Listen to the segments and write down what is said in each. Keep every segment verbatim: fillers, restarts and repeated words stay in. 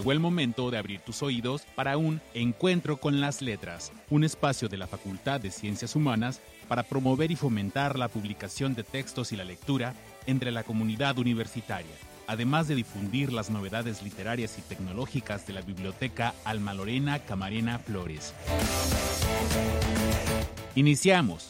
Llegó el momento de abrir tus oídos para un Encuentro con las Letras, un espacio de la Facultad de Ciencias Humanas para promover y fomentar la publicación de textos y la lectura entre la comunidad universitaria, además de difundir las novedades literarias y tecnológicas de la Biblioteca Alma Lorena Camarena Flores. Iniciamos.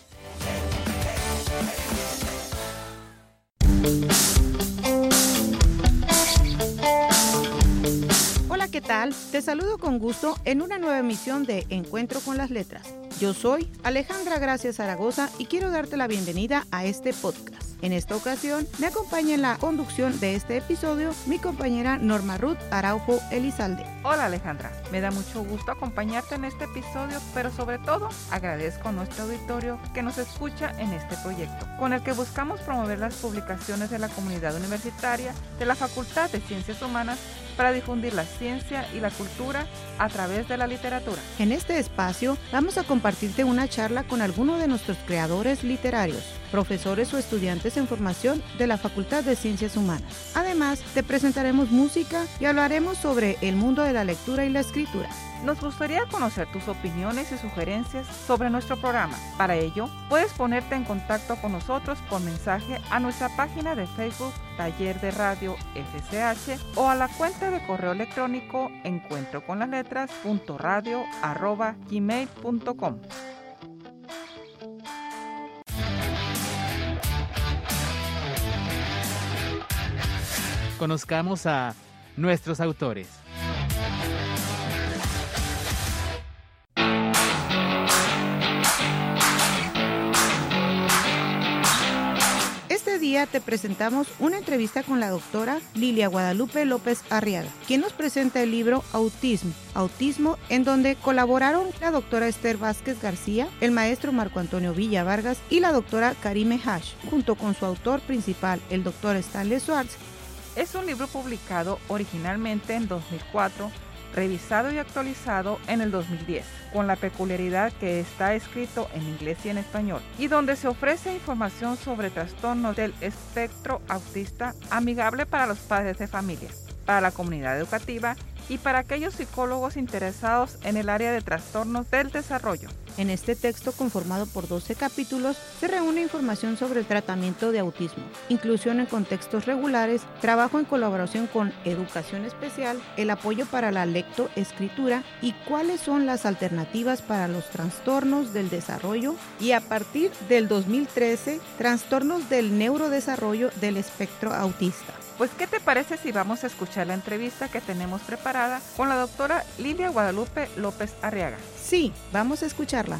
¿Qué tal? Te saludo con gusto en una nueva emisión de Encuentro con las Letras. Yo soy Alejandra Gracia Zaragoza y quiero darte la bienvenida a este podcast. En esta ocasión me acompaña en la conducción de este episodio mi compañera Norma Ruth Araujo Elizalde. Hola Alejandra, me da mucho gusto acompañarte en este episodio, pero sobre todo agradezco a nuestro auditorio que nos escucha en este proyecto, con el que buscamos promover las publicaciones de la comunidad universitaria de la Facultad de Ciencias Humanas para difundir la ciencia y la cultura a través de la literatura. En este espacio vamos a compartirte una charla con algunos de nuestros creadores literarios, profesores o estudiantes en formación de la Facultad de Ciencias Humanas. Además, te presentaremos música y hablaremos sobre el mundo de la lectura y la escritura. Nos gustaría conocer tus opiniones y sugerencias sobre nuestro programa. Para ello, puedes ponerte en contacto con nosotros por mensaje a nuestra página de Facebook Taller de Radio F C H o a la cuenta de correo electrónico encuentroconlasletras.radio arroba gmail punto com. Conozcamos a nuestros autores. Este día te presentamos una entrevista con la doctora Lilia Guadalupe López Arriaga, quien nos presenta el libro Autismo, Autismo, en donde colaboraron la doctora Esther Vázquez García, el maestro Marco Antonio Villa Vargas y la doctora Karime Hash, junto con su autor principal, el doctor Stanley Swartz. Es un libro publicado originalmente en dos mil cuatro, revisado y actualizado en el dos mil diez, con la peculiaridad que está escrito en inglés y en español, y donde se ofrece información sobre trastornos del espectro autista amigable para los padres de familia, para la comunidad educativa y para aquellos psicólogos interesados en el área de trastornos del desarrollo. En este texto, conformado por doce capítulos, se reúne información sobre el tratamiento de autismo, inclusión en contextos regulares, trabajo en colaboración con educación especial, el apoyo para la lectoescritura y cuáles son las alternativas para los trastornos del desarrollo y, a partir del dos mil trece, trastornos del neurodesarrollo del espectro autista. Pues, ¿qué te parece si vamos a escuchar la entrevista que tenemos preparada con la doctora Lilia Guadalupe López Arriaga? Sí, vamos a escucharla.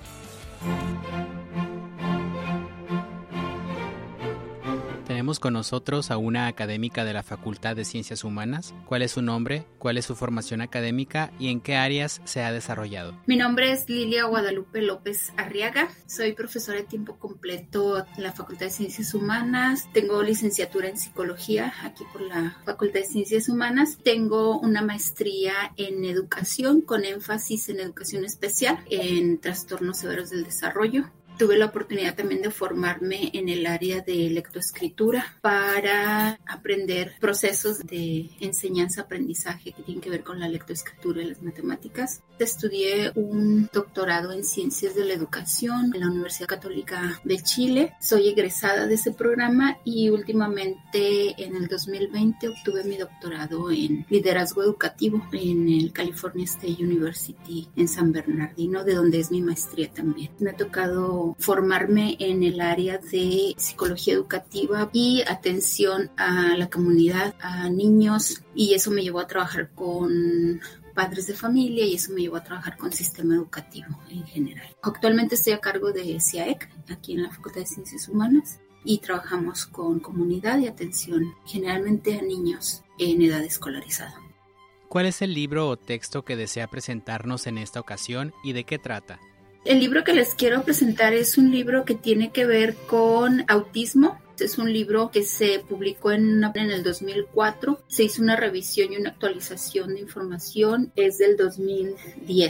Tenemos con nosotros a una académica de la Facultad de Ciencias Humanas. ¿Cuál es su nombre? ¿Cuál es su formación académica? ¿Y en qué áreas se ha desarrollado? Mi nombre es Lilia Guadalupe López Arriaga. Soy profesora de tiempo completo en la Facultad de Ciencias Humanas. Tengo licenciatura en Psicología aquí por la Facultad de Ciencias Humanas. Tengo una maestría en Educación con énfasis en Educación Especial en Trastornos Severos del Desarrollo. Tuve la oportunidad también de formarme en el área de lectoescritura para aprender procesos de enseñanza-aprendizaje que tienen que ver con la lectoescritura y las matemáticas. Estudié un doctorado en Ciencias de la Educación en la Universidad Católica de Chile. Soy egresada de ese programa y últimamente en el dos mil veinte obtuve mi doctorado en Liderazgo Educativo en el California State University en San Bernardino, de donde es mi maestría también. Me ha tocado formarme en el área de psicología educativa y atención a la comunidad, a niños, y eso me llevó a trabajar con padres de familia y eso me llevó a trabajar con sistema educativo en general. Actualmente estoy a cargo de C I A E C aquí en la Facultad de Ciencias Humanas y trabajamos con comunidad y atención generalmente a niños en edad escolarizada. ¿Cuál es el libro o texto que desea presentarnos en esta ocasión y de qué trata? El libro que les quiero presentar es un libro que tiene que ver con autismo. Es un libro que se publicó en, una, en el dos mil cuatro. Se hizo una revisión y una actualización de información. Es del dos mil diez.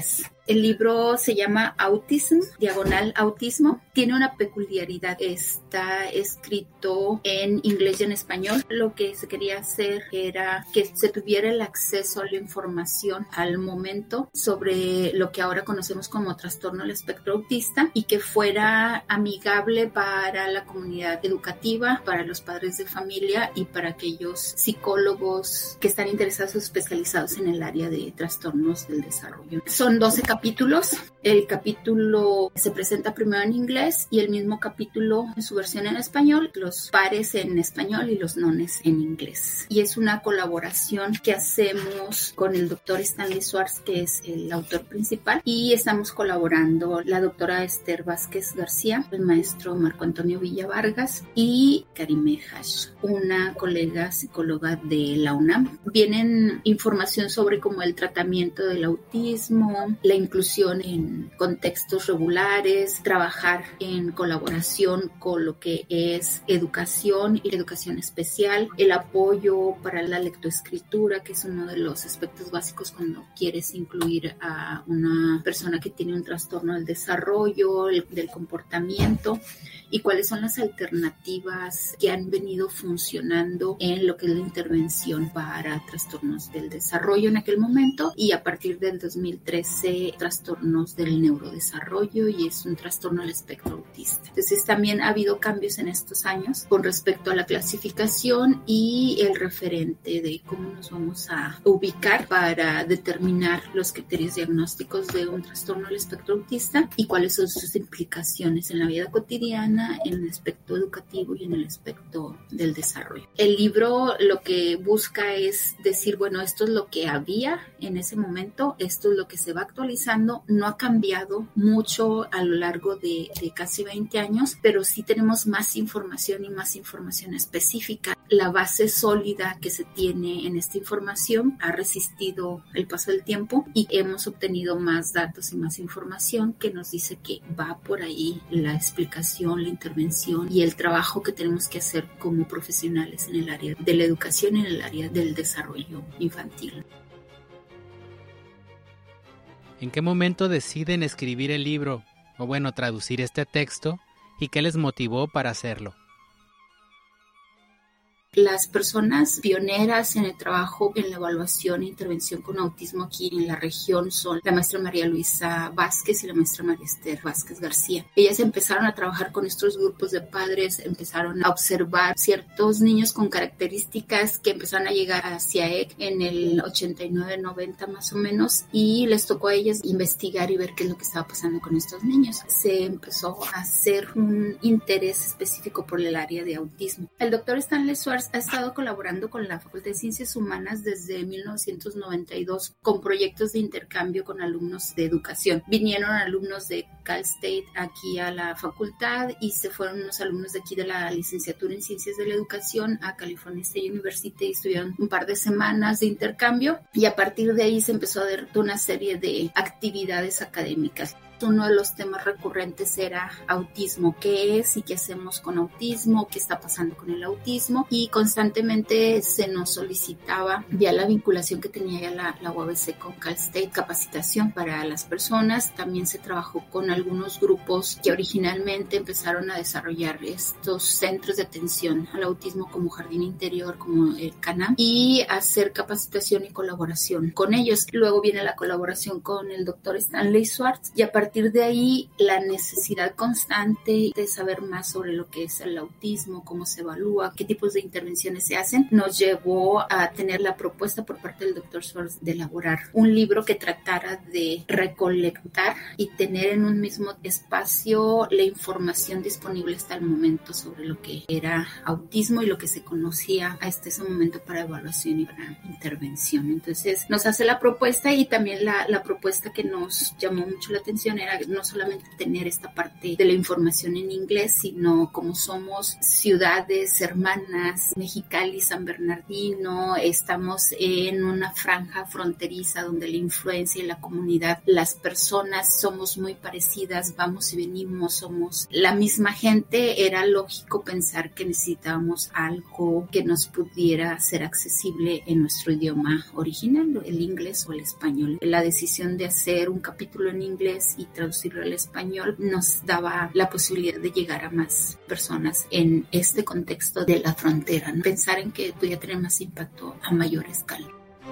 El libro se llama Autism, diagonal autismo. Tiene una peculiaridad. Está escrito en inglés y en español. Lo que se quería hacer era que se tuviera el acceso a la información al momento sobre lo que ahora conocemos como trastorno del espectro autista y que fuera amigable para la comunidad educativa, para los padres de familia y para aquellos psicólogos que están interesados o especializados en el área de trastornos del desarrollo. Son doce capítulos. El capítulo se presenta primero en inglés y el mismo capítulo en su versión en español, los pares en español y los nones en inglés. Y es una colaboración que hacemos con el doctor Stanley Swartz, que es el autor principal, y estamos colaborando la doctora Esther Vázquez García, el maestro Marco Antonio Villa Vargas y Karime Hash, una colega psicóloga de la UNAM. Vienen información sobre como el tratamiento del autismo, la inclusión en contextos regulares, trabajar en colaboración con lo que es educación y educación especial, el apoyo para la lectoescritura, que es uno de los aspectos básicos cuando quieres incluir a una persona que tiene un trastorno del desarrollo, el, del comportamiento, y cuáles son las alternativas que han venido funcionando en lo que es la intervención para trastornos del desarrollo en aquel momento, y a partir del dos mil trece trastornos del neurodesarrollo, y es un trastorno del espectro autista. Entonces también ha habido cambios en estos años con respecto a la clasificación y el referente de cómo nos vamos a ubicar para determinar los criterios diagnósticos de un trastorno del espectro autista y cuáles son sus implicaciones en la vida cotidiana, en el aspecto educativo y en el aspecto del desarrollo. El libro lo que busca es decir, bueno, esto es lo que había en ese momento, esto es lo que se va actualizando, no ha cambiado mucho a lo largo de, de casi veinte años, pero sí tenemos más información y más información específica. La base sólida que se tiene en esta información ha resistido el paso del tiempo y hemos obtenido más datos y más información que nos dice que va por ahí la explicación, la intervención y el trabajo que tenemos que hacer como profesionales en el área de la educación y en el área del desarrollo infantil. ¿En qué momento deciden escribir el libro, o bueno, traducir este texto, y qué les motivó para hacerlo? Las personas pioneras en el trabajo en la evaluación e intervención con autismo aquí en la región son la maestra María Luisa Vázquez y la maestra María Esther Vázquez García. Ellas empezaron a trabajar con estos grupos de padres, empezaron a observar ciertos niños con características que empezaron a llegar hacia E C en el ochenta y nueve noventa más o menos, y les tocó a ellas investigar y ver qué es lo que estaba pasando con estos niños. Se empezó a hacer un interés específico por el área de autismo. El doctor Stanley Swartz ha estado colaborando con la Facultad de Ciencias Humanas desde mil novecientos noventa y dos con proyectos de intercambio con alumnos de educación. Vinieron alumnos de Cal State aquí a la facultad y se fueron unos alumnos de aquí de la licenciatura en Ciencias de la Educación a California State University y estuvieron un par de semanas de intercambio, y a partir de ahí se empezó a dar una serie de actividades académicas. Uno de los temas recurrentes era autismo, qué es y qué hacemos con autismo, qué está pasando con el autismo, y constantemente se nos solicitaba, vía la vinculación que tenía ya la, la U A B C con Cal State, capacitación para las personas. También se trabajó con algunos grupos que originalmente empezaron a desarrollar estos centros de atención al autismo como Jardín Interior, como el CANAM, y hacer capacitación y colaboración con ellos. Luego viene la colaboración con el doctor Stanley Swartz, y a partir A partir de ahí, la necesidad constante de saber más sobre lo que es el autismo, cómo se evalúa, qué tipos de intervenciones se hacen, nos llevó a tener la propuesta por parte del doctor Swartz de elaborar un libro que tratara de recolectar y tener en un mismo espacio la información disponible hasta el momento sobre lo que era autismo y lo que se conocía hasta ese momento para evaluación y para intervención. Entonces, nos hace la propuesta, y también la, la propuesta que nos llamó mucho la atención manera no solamente tener esta parte de la información en inglés, sino como somos ciudades hermanas, Mexicali, San Bernardino, estamos en una franja fronteriza donde la influencia y la comunidad, las personas somos muy parecidas, vamos y venimos, somos la misma gente. Era lógico pensar que necesitábamos algo que nos pudiera ser accesible en nuestro idioma original, el inglés o el español. La decisión de hacer un capítulo en inglés y traducirlo al español nos daba la posibilidad de llegar a más personas en este contexto de la frontera, ¿no? Pensar en que podía tener más impacto a mayor escala.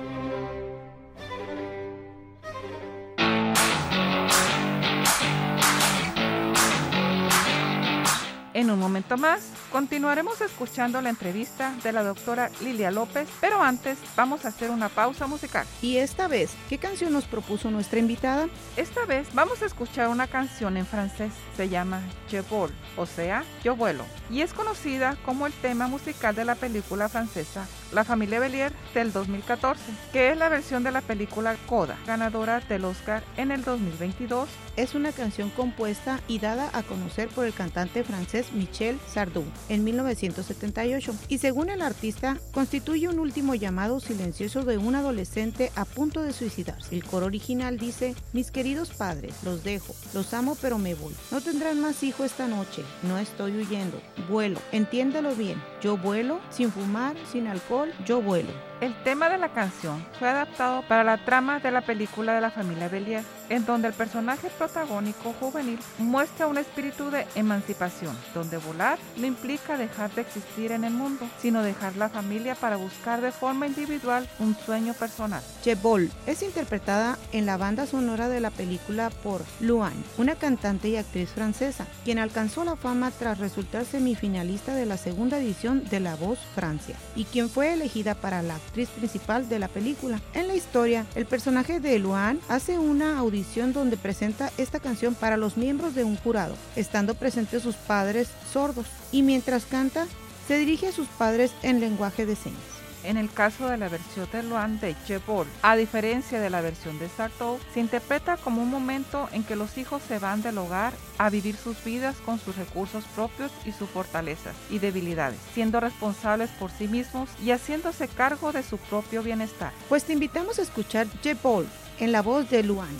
En un momento más, continuaremos escuchando la entrevista de la doctora Lilia López, pero antes vamos a hacer una pausa musical. Y esta vez, ¿qué canción nos propuso nuestra invitada? Esta vez vamos a escuchar una canción en francés, se llama Je vole, o sea, Yo vuelo, y es conocida como el tema musical de la película francesa La familia Bélier del dos mil catorce, que es la versión de la película Coda, ganadora del Oscar en el dos mil veintidós. Es una canción compuesta y dada a conocer por el cantante francés Michel Sardou en mil novecientos setenta y ocho, y según el artista, constituye un último llamado silencioso de un adolescente a punto de suicidarse. El coro original dice: mis queridos padres, los dejo, los amo pero me voy. No tendrán más hijo esta noche, no estoy huyendo, vuelo, entiéndalo bien, yo vuelo, sin fumar, sin alcohol, yo vuelo. El tema de la canción fue adaptado para la trama de la película de la familia Bélier, en donde el personaje protagónico juvenil muestra un espíritu de emancipación, donde volar no implica dejar de existir en el mundo, sino dejar la familia para buscar de forma individual un sueño personal. Je vole es interpretada en la banda sonora de la película por Luan, una cantante y actriz francesa, quien alcanzó la fama tras resultar semifinalista de la segunda edición de La Voz Francia, y quien fue elegida para la actriz principal de la película. En la historia, el personaje de Luan hace una audición donde presenta esta canción para los miembros de un jurado, estando presentes sus padres sordos, y mientras canta, se dirige a sus padres en lenguaje de señas. En el caso de la versión de Luan de Je vole, a diferencia de la versión de Sardou, se interpreta como un momento en que los hijos se van del hogar a vivir sus vidas con sus recursos propios y sus fortalezas y debilidades, siendo responsables por sí mismos y haciéndose cargo de su propio bienestar. Pues te invitamos a escuchar Je vole en la voz de Luan.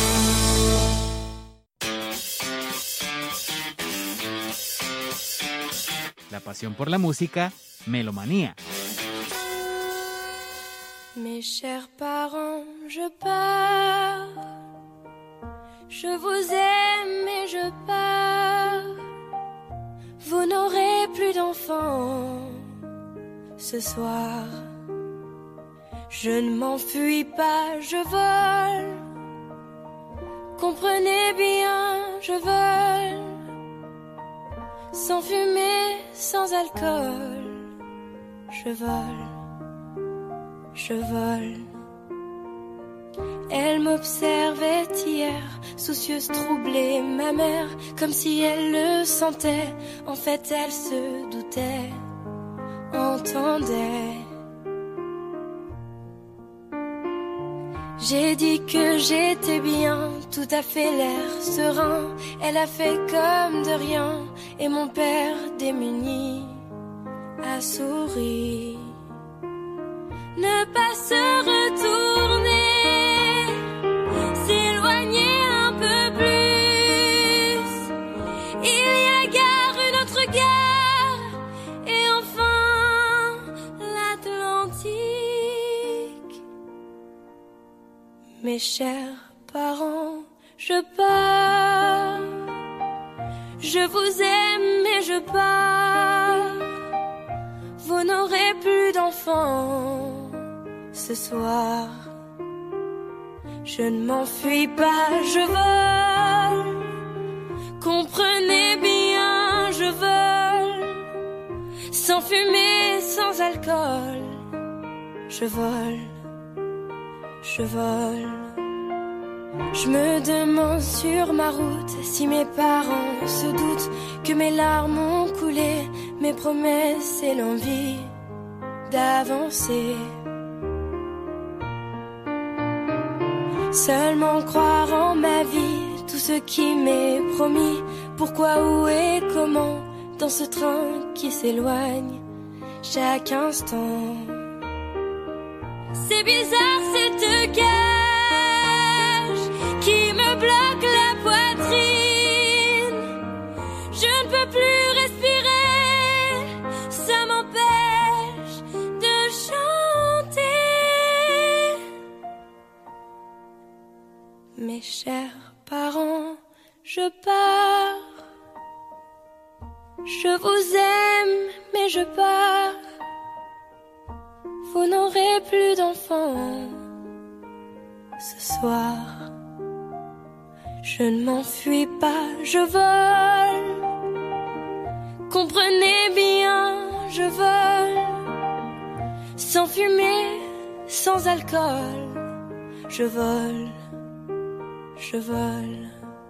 La pasión por la música, Melomanía. Mes chers parents, je pars. Je vous aime et je pars. Vous n'aurez plus d'enfants ce soir. Je ne m'enfuis pas, je vole. Comprenez bien, je vole. Sans fumée, sans alcool, je vole. Je vole. Elle m'observait hier, soucieuse, troublée, ma mère, comme si elle le sentait. En fait, elle se doutait, entendait. J'ai dit que j'étais bien, tout à fait l'air serein. Elle a fait comme de rien, et mon père démuni a souri. Ne pas se retourner, s'éloigner un peu plus. Il y a gare, une autre gare, et enfin l'Atlantique. Mes chers parents, je pars. Je vous aime et je pars. Vous n'aurez plus d'enfants ce soir. Je ne m'enfuis pas, je vole. Comprenez bien, je vole. Sans fumée, sans alcool, je vole, je vole. Je me demande sur ma route si mes parents se doutent que mes larmes ont coulé, mes promesses et l'envie d'avancer. Seulement croire en ma vie, tout ce ce qui m'est promis. Pourquoi, où et comment, dans ce train qui s'éloigne chaque instant. C'est bizarre cette cage qui me bloque la poitrine. Je ne peux plus respirer, ça m'empêche de chanter. Mes chers parents, je pars. Je vous aime, mais je pars. Vous n'aurez plus d'enfants ce soir. Je ne m'enfuis pas, je vole. Comprenez bien, je vole. Sans fumée, sans alcool. Je vole, je vole.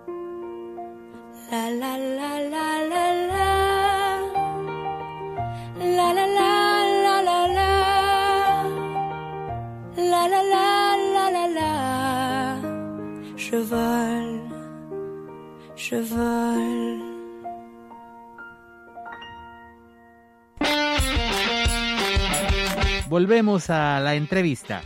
La la la la la la. La la la la la la. La la la la la la. Je vole, je vole. Volvemos a la entrevista.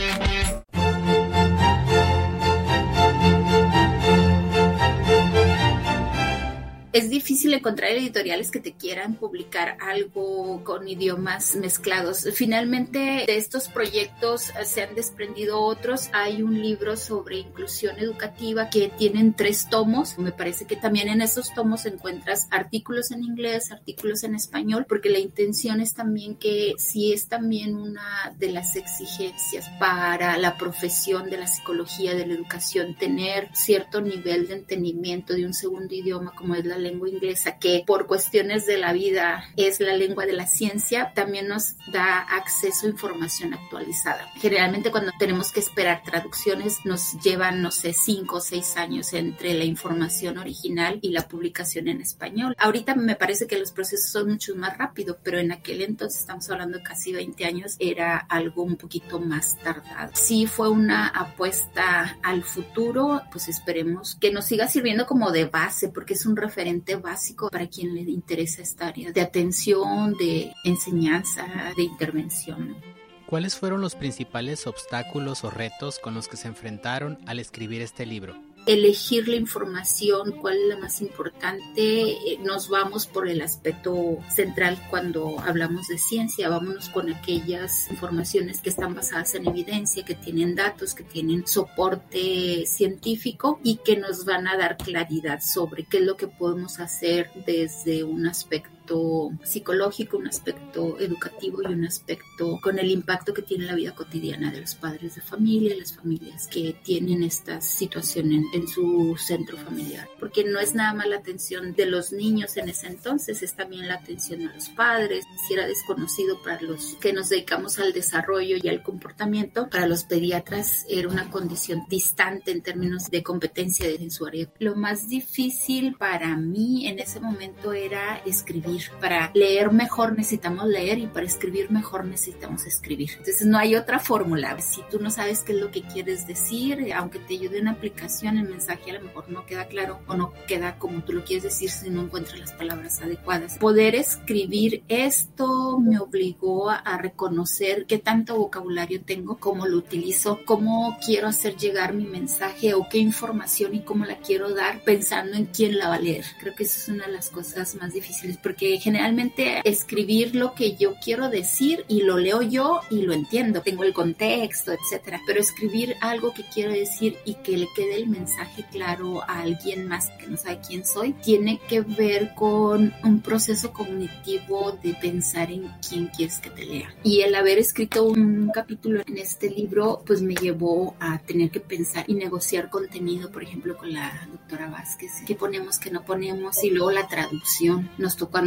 Es difícil encontrar editoriales que te quieran publicar algo con idiomas mezclados. Finalmente, de estos proyectos se han desprendido otros. Hay un libro sobre inclusión educativa que tienen tres tomos. Me parece que también en esos tomos encuentras artículos en inglés, artículos en español, porque la intención es también que si es también una de las exigencias para la profesión de la psicología, de la educación, tener cierto nivel de entendimiento de un segundo idioma como es la lengua inglesa, que por cuestiones de la vida es la lengua de la ciencia, también nos da acceso a información actualizada. Generalmente cuando tenemos que esperar traducciones nos llevan, no sé, cinco o seis años entre la información original y la publicación en español. Ahorita me parece que los procesos son mucho más rápidos, pero en aquel entonces, estamos hablando de casi veinte años, era algo un poquito más tardado. Sí fue una apuesta al futuro, pues esperemos que nos siga sirviendo como de base, porque es un referente básico para quien le interesa esta área de atención, de enseñanza, de intervención, ¿no? ¿Cuáles fueron los principales obstáculos o retos con los que se enfrentaron al escribir este libro? Elegir la información, cuál es la más importante. Nos vamos por el aspecto central cuando hablamos de ciencia, vámonos con aquellas informaciones que están basadas en evidencia, que tienen datos, que tienen soporte científico y que nos van a dar claridad sobre qué es lo que podemos hacer desde un aspecto psicológico, un aspecto educativo y un aspecto con el impacto que tiene la vida cotidiana de los padres de familia, las familias que tienen esta situación en, en su centro familiar. Porque no es nada más la atención de los niños en ese entonces, es también la atención a los padres. Si era desconocido para los que nos dedicamos al desarrollo y al comportamiento, para los pediatras era una condición distante en términos de competencia en su área. Lo más difícil para mí en ese momento era escribir. Para leer mejor necesitamos leer y para escribir mejor necesitamos escribir. Entonces no hay otra fórmula. Si tú no sabes qué es lo que quieres decir, aunque te ayude una aplicación, el mensaje a lo mejor no queda claro o no queda como tú lo quieres decir si no encuentras las palabras adecuadas. Poder escribir esto me obligó a reconocer qué tanto vocabulario tengo, cómo lo utilizo, cómo quiero hacer llegar mi mensaje o qué información y cómo la quiero dar pensando en quién la va a leer. Creo que eso es una de las cosas más difíciles porque generalmente escribir lo que yo quiero decir y lo leo yo y lo entiendo, tengo el contexto, etcétera, pero escribir algo que quiero decir y que le quede el mensaje claro a alguien más que no sabe quién soy, tiene que ver con un proceso cognitivo de pensar en quién quieres que te lea. Y el haber escrito un capítulo en este libro, pues me llevó a tener que pensar y negociar contenido, por ejemplo, con la doctora Vázquez, qué ponemos, qué no ponemos, y luego la traducción. Nos tocó a nosotros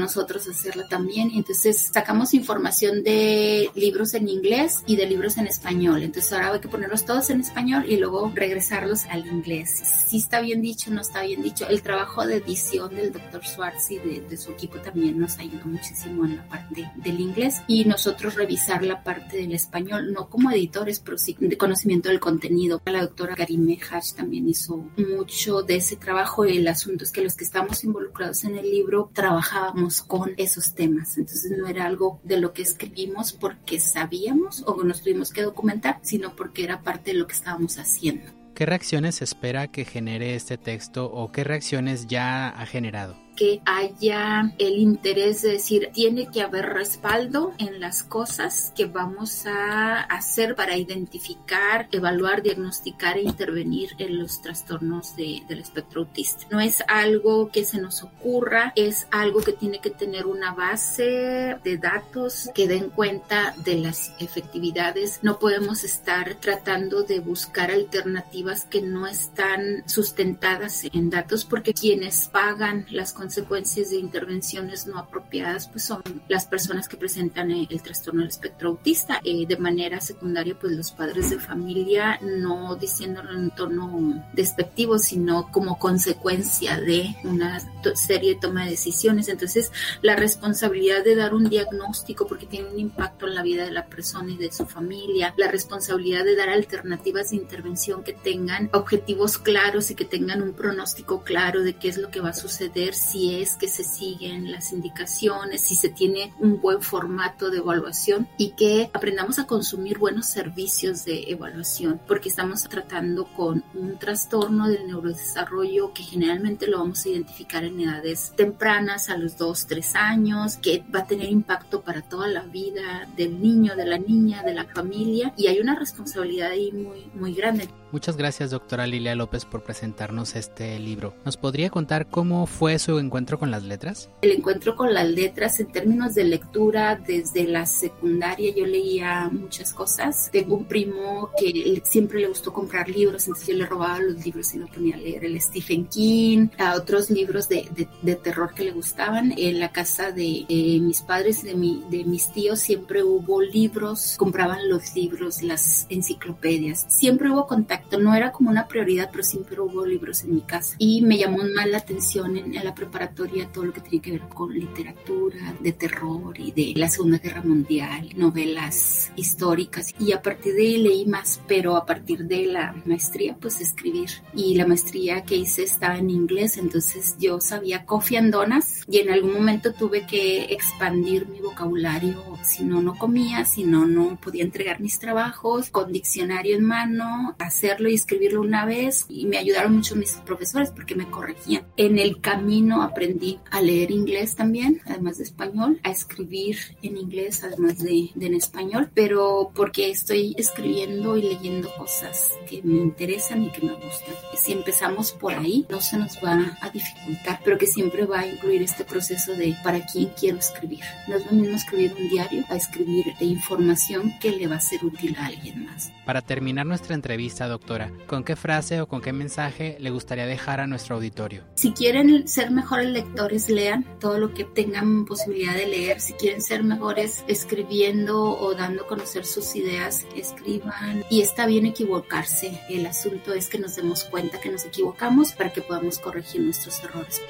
nosotros hacerla también. Y entonces sacamos información de libros en inglés y de libros en español. Entonces ahora hay que ponerlos todos en español y luego regresarlos al inglés. Si está bien dicho, no está bien dicho. El trabajo de edición del doctor Schwartz y de, de su equipo también nos ayudó muchísimo en la parte del inglés, y nosotros revisar la parte del español, no como editores, pero sí de conocimiento del contenido. La doctora Karime Hash también hizo mucho de ese trabajo. El asunto es que los que estamos involucrados en el libro trabajábamos con esos temas, entonces no era algo de lo que escribimos porque sabíamos o nos tuvimos que documentar, sino porque era parte de lo que estábamos haciendo. ¿Qué reacciones se espera que genere este texto o qué reacciones ya ha generado? Que haya el interés de decir, tiene que haber respaldo en las cosas que vamos a hacer para identificar, evaluar, diagnosticar e intervenir en los trastornos de, del espectro autista. No es algo que se nos ocurra, es algo que tiene que tener una base de datos que den cuenta de las efectividades. No podemos estar tratando de buscar alternativas que no están sustentadas en datos, porque quienes pagan las consecuencias consecuencias de intervenciones no apropiadas pues son las personas que presentan el, el trastorno del espectro autista. Eh, de manera secundaria, pues los padres de familia, no diciéndolo en un tono despectivo, sino como consecuencia de una to- serie de toma de decisiones. Entonces, la responsabilidad de dar un diagnóstico, porque tiene un impacto en la vida de la persona y de su familia, la responsabilidad de dar alternativas de intervención que tengan objetivos claros y que tengan un pronóstico claro de qué es lo que va a suceder si es que se siguen las indicaciones, si se tiene un buen formato de evaluación, y que aprendamos a consumir buenos servicios de evaluación, porque estamos tratando con un trastorno del neurodesarrollo que generalmente lo vamos a identificar en edades tempranas, a los dos, tres años, que va a tener impacto para toda la vida del niño, de la niña, de la familia, y hay una responsabilidad ahí muy, muy grande. Muchas gracias, doctora Lilia López, por presentarnos este libro. ¿Nos podría contar cómo fue su encuentro con las letras? El encuentro con las letras en términos de lectura, desde la secundaria yo leía muchas cosas. Tengo un primo que siempre le gustó comprar libros, entonces yo le robaba los libros y me ponía a leer el Stephen King, a otros libros de, de, de terror que le gustaban. En la casa de, de mis padres y de, mi, de mis tíos siempre hubo libros, compraban los libros, las enciclopedias, siempre hubo contacto. No era como una prioridad, pero siempre hubo libros en mi casa. Y me llamó más la atención en, en la preparatoria todo lo que tiene que ver con literatura, de terror y de la Segunda Guerra Mundial, novelas históricas. Y a partir de ahí leí más, pero a partir de la maestría, pues escribir. Y la maestría que hice estaba en inglés, entonces yo sabía coffee and donuts, y en algún momento tuve que expandir mi vocabulario. Si no, no comía, si no, no podía entregar mis trabajos, con diccionario en mano, hacer y escribirlo una vez, y me ayudaron mucho mis profesores porque me corregían. En el camino aprendí a leer inglés también, además de español, a escribir en inglés, además de, de en español, pero porque estoy escribiendo y leyendo cosas que me interesan y que me gustan. Si empezamos por ahí, no se nos va a dificultar, pero que siempre va a incluir este proceso de para quién quiero escribir. No es lo mismo escribir un diario a escribir de información que le va a ser útil a alguien más. Para terminar nuestra entrevista, doctora, ¿con qué frase o con qué mensaje le gustaría dejar a nuestro auditorio? Si quieren ser mejores lectores, lean todo lo que tengan posibilidad de leer. Si quieren ser mejores escribiendo o dando a conocer sus ideas, escriban. Y está bien equivocarse. El asunto es que nos demos cuenta que nos equivocamos para que podamos corregir nuestros errores.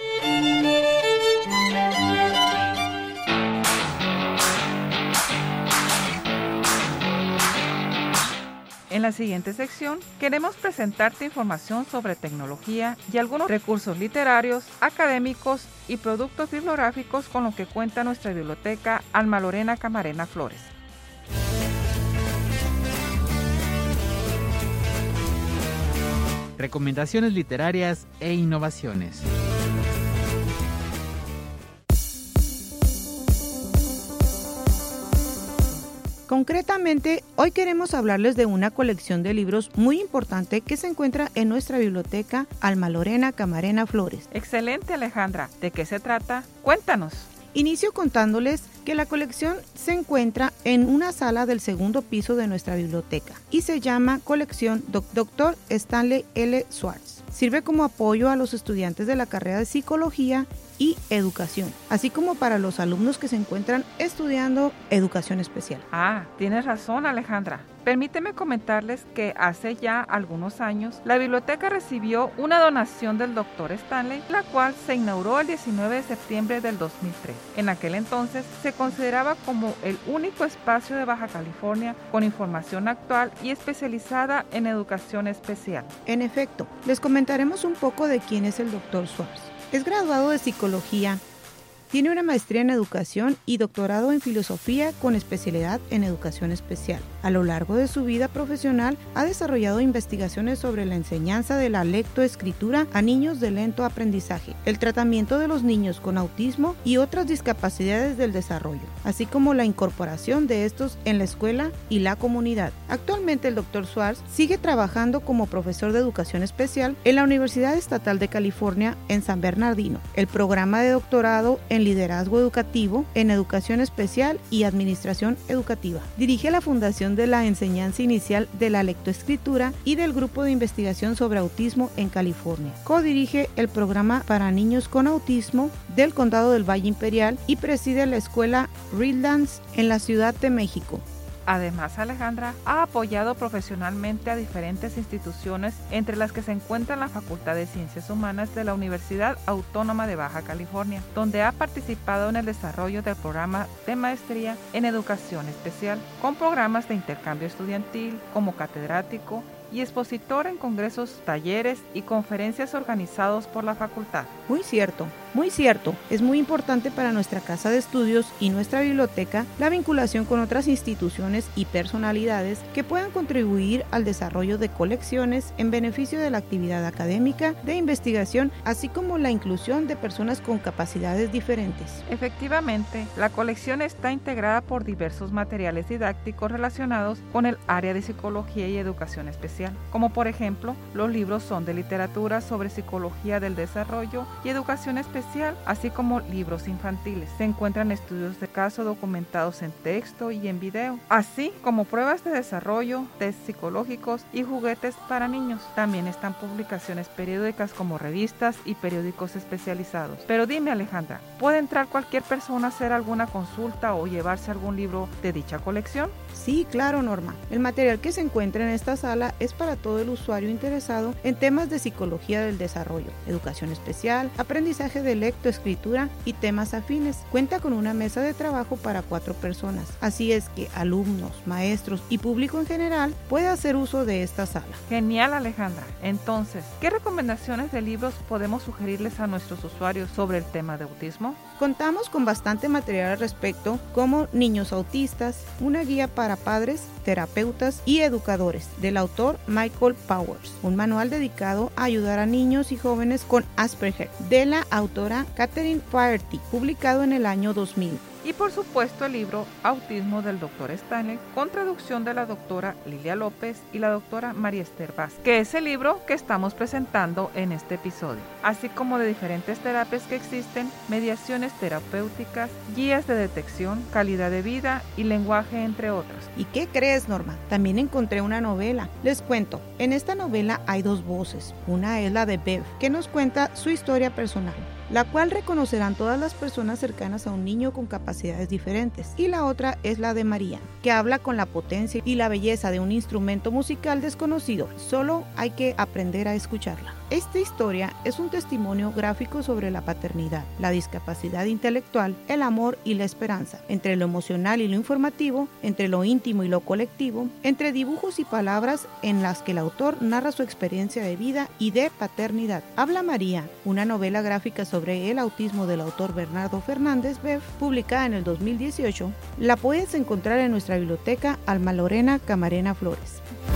En la siguiente sección queremos presentarte información sobre tecnología y algunos recursos literarios, académicos y productos bibliográficos con los que cuenta nuestra biblioteca Alma Lorena Camarena Flores. Recomendaciones literarias e innovaciones. Concretamente, hoy queremos hablarles de una colección de libros muy importante que se encuentra en nuestra biblioteca Alma Lorena Camarena Flores. Excelente, Alejandra. ¿De qué se trata? Cuéntanos. Inicio contándoles que la colección se encuentra en una sala del segundo piso de nuestra biblioteca y se llama Colección doctor Stanley L. Schwartz. Sirve como apoyo a los estudiantes de la carrera de Psicología y educación, así como para los alumnos que se encuentran estudiando educación especial. Ah, tienes razón, Alejandra. Permíteme comentarles que hace ya algunos años la biblioteca recibió una donación del doctor Stanley, la cual se inauguró el diecinueve de septiembre del dos mil tres. En aquel entonces se consideraba como el único espacio de Baja California con información actual y especializada en educación especial. En efecto, les comentaremos un poco de quién es el doctor Schwartz. Es graduado de psicología. Tiene una maestría en educación y doctorado en filosofía con especialidad en educación especial. A lo largo de su vida profesional ha desarrollado investigaciones sobre la enseñanza de la lectoescritura a niños de lento aprendizaje, el tratamiento de los niños con autismo y otras discapacidades del desarrollo, así como la incorporación de estos en la escuela y la comunidad. Actualmente el doctor Schwartz sigue trabajando como profesor de educación especial en la Universidad Estatal de California en San Bernardino, el programa de doctorado en liderazgo educativo, en educación especial y administración educativa. Dirige la Fundación de la Enseñanza Inicial de la Lectoescritura y del Grupo de Investigación sobre Autismo en California. Codirige el programa para niños con autismo del Condado del Valle Imperial y preside la escuela Redlands en la Ciudad de México. Además, Alejandra ha apoyado profesionalmente a diferentes instituciones, entre las que se encuentra la Facultad de Ciencias Humanas de la Universidad Autónoma de Baja California, donde ha participado en el desarrollo del programa de maestría en educación especial, con programas de intercambio estudiantil como catedrático y expositor en congresos, talleres y conferencias organizados por la facultad. Muy cierto, muy cierto. Es muy importante para nuestra casa de estudios y nuestra biblioteca la vinculación con otras instituciones y personalidades que puedan contribuir al desarrollo de colecciones en beneficio de la actividad académica, de investigación, así como la inclusión de personas con capacidades diferentes. Efectivamente, la colección está integrada por diversos materiales didácticos relacionados con el área de psicología y educación especial, como por ejemplo, los libros son de literatura sobre psicología del desarrollo y educación especial, así como libros infantiles. Se encuentran estudios de caso documentados en texto y en video, así como pruebas de desarrollo, test psicológicos y juguetes para niños. También están publicaciones periódicas como revistas y periódicos especializados. Pero dime, Alejandra, ¿puede entrar cualquier persona a hacer alguna consulta o llevarse algún libro de dicha colección? Sí, claro, Norma. El material que se encuentra en esta sala es para todo el usuario interesado en temas de psicología del desarrollo, educación especial, aprendizaje de lectoescritura y temas afines. Cuenta con una mesa de trabajo para cuatro personas, así es que alumnos, maestros y público en general puede hacer uso de esta sala. Genial, Alejandra. Entonces, ¿qué recomendaciones de libros podemos sugerirles a nuestros usuarios sobre el tema de autismo? Contamos con bastante material al respecto, como Niños Autistas, una guía para padres, terapeutas y educadores, del autor Michael Powers, un manual dedicado a ayudar a niños y jóvenes con Asperger, de la autora Catherine Faherty, publicado en el año dos mil. Y por supuesto el libro Autismo del doctor Stanley, con traducción de la doctora Lilia López y la doctora María Esther Vázquez, que es el libro que estamos presentando en este episodio, así como de diferentes terapias que existen, mediaciones terapéuticas, guías de detección, calidad de vida y lenguaje, entre otros. ¿Y qué crees, Norma? También encontré una novela. Les cuento, en esta novela hay dos voces. Una es la de Bev, que nos cuenta su historia personal, la cual reconocerán todas las personas cercanas a un niño con capacidades diferentes. Y la otra es la de María, que habla con la potencia y la belleza de un instrumento musical desconocido. Solo hay que aprender a escucharla. Esta historia es un testimonio gráfico sobre la paternidad, la discapacidad intelectual, el amor y la esperanza, entre lo emocional y lo informativo, entre lo íntimo y lo colectivo, entre dibujos y palabras en las que el autor narra su experiencia de vida y de paternidad. Habla María, una novela gráfica sobre el autismo del autor Bernardo Fernández Bev, publicada en el dos mil dieciocho. La puedes encontrar en nuestra biblioteca Alma Lorena Camarena Flores.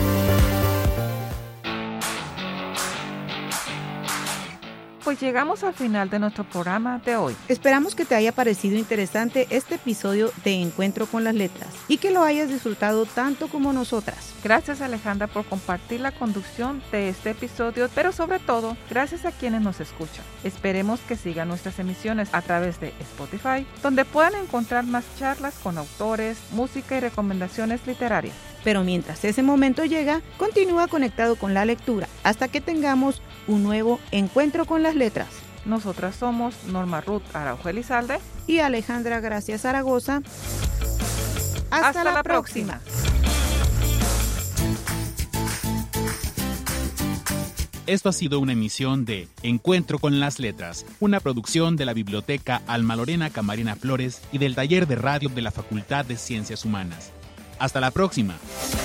Pues llegamos al final de nuestro programa de hoy. Esperamos que te haya parecido interesante este episodio de Encuentro con las Letras y que lo hayas disfrutado tanto como nosotras. Gracias, Alejandra, por compartir la conducción de este episodio, pero sobre todo, gracias a quienes nos escuchan. Esperemos que sigan nuestras emisiones a través de Spotify, donde puedan encontrar más charlas con autores, música y recomendaciones literarias. Pero mientras ese momento llega, continúa conectado con la lectura hasta que tengamos un nuevo Encuentro con las Letras. Nosotras somos Norma Ruth Araujo Elizalde y Alejandra Gracia Zaragoza. Hasta, Hasta la, la próxima. próxima. Esto ha sido una emisión de Encuentro con las Letras, una producción de la Biblioteca Alma Lorena Camarena Flores y del Taller de Radio de la Facultad de Ciencias Humanas. Hasta la próxima.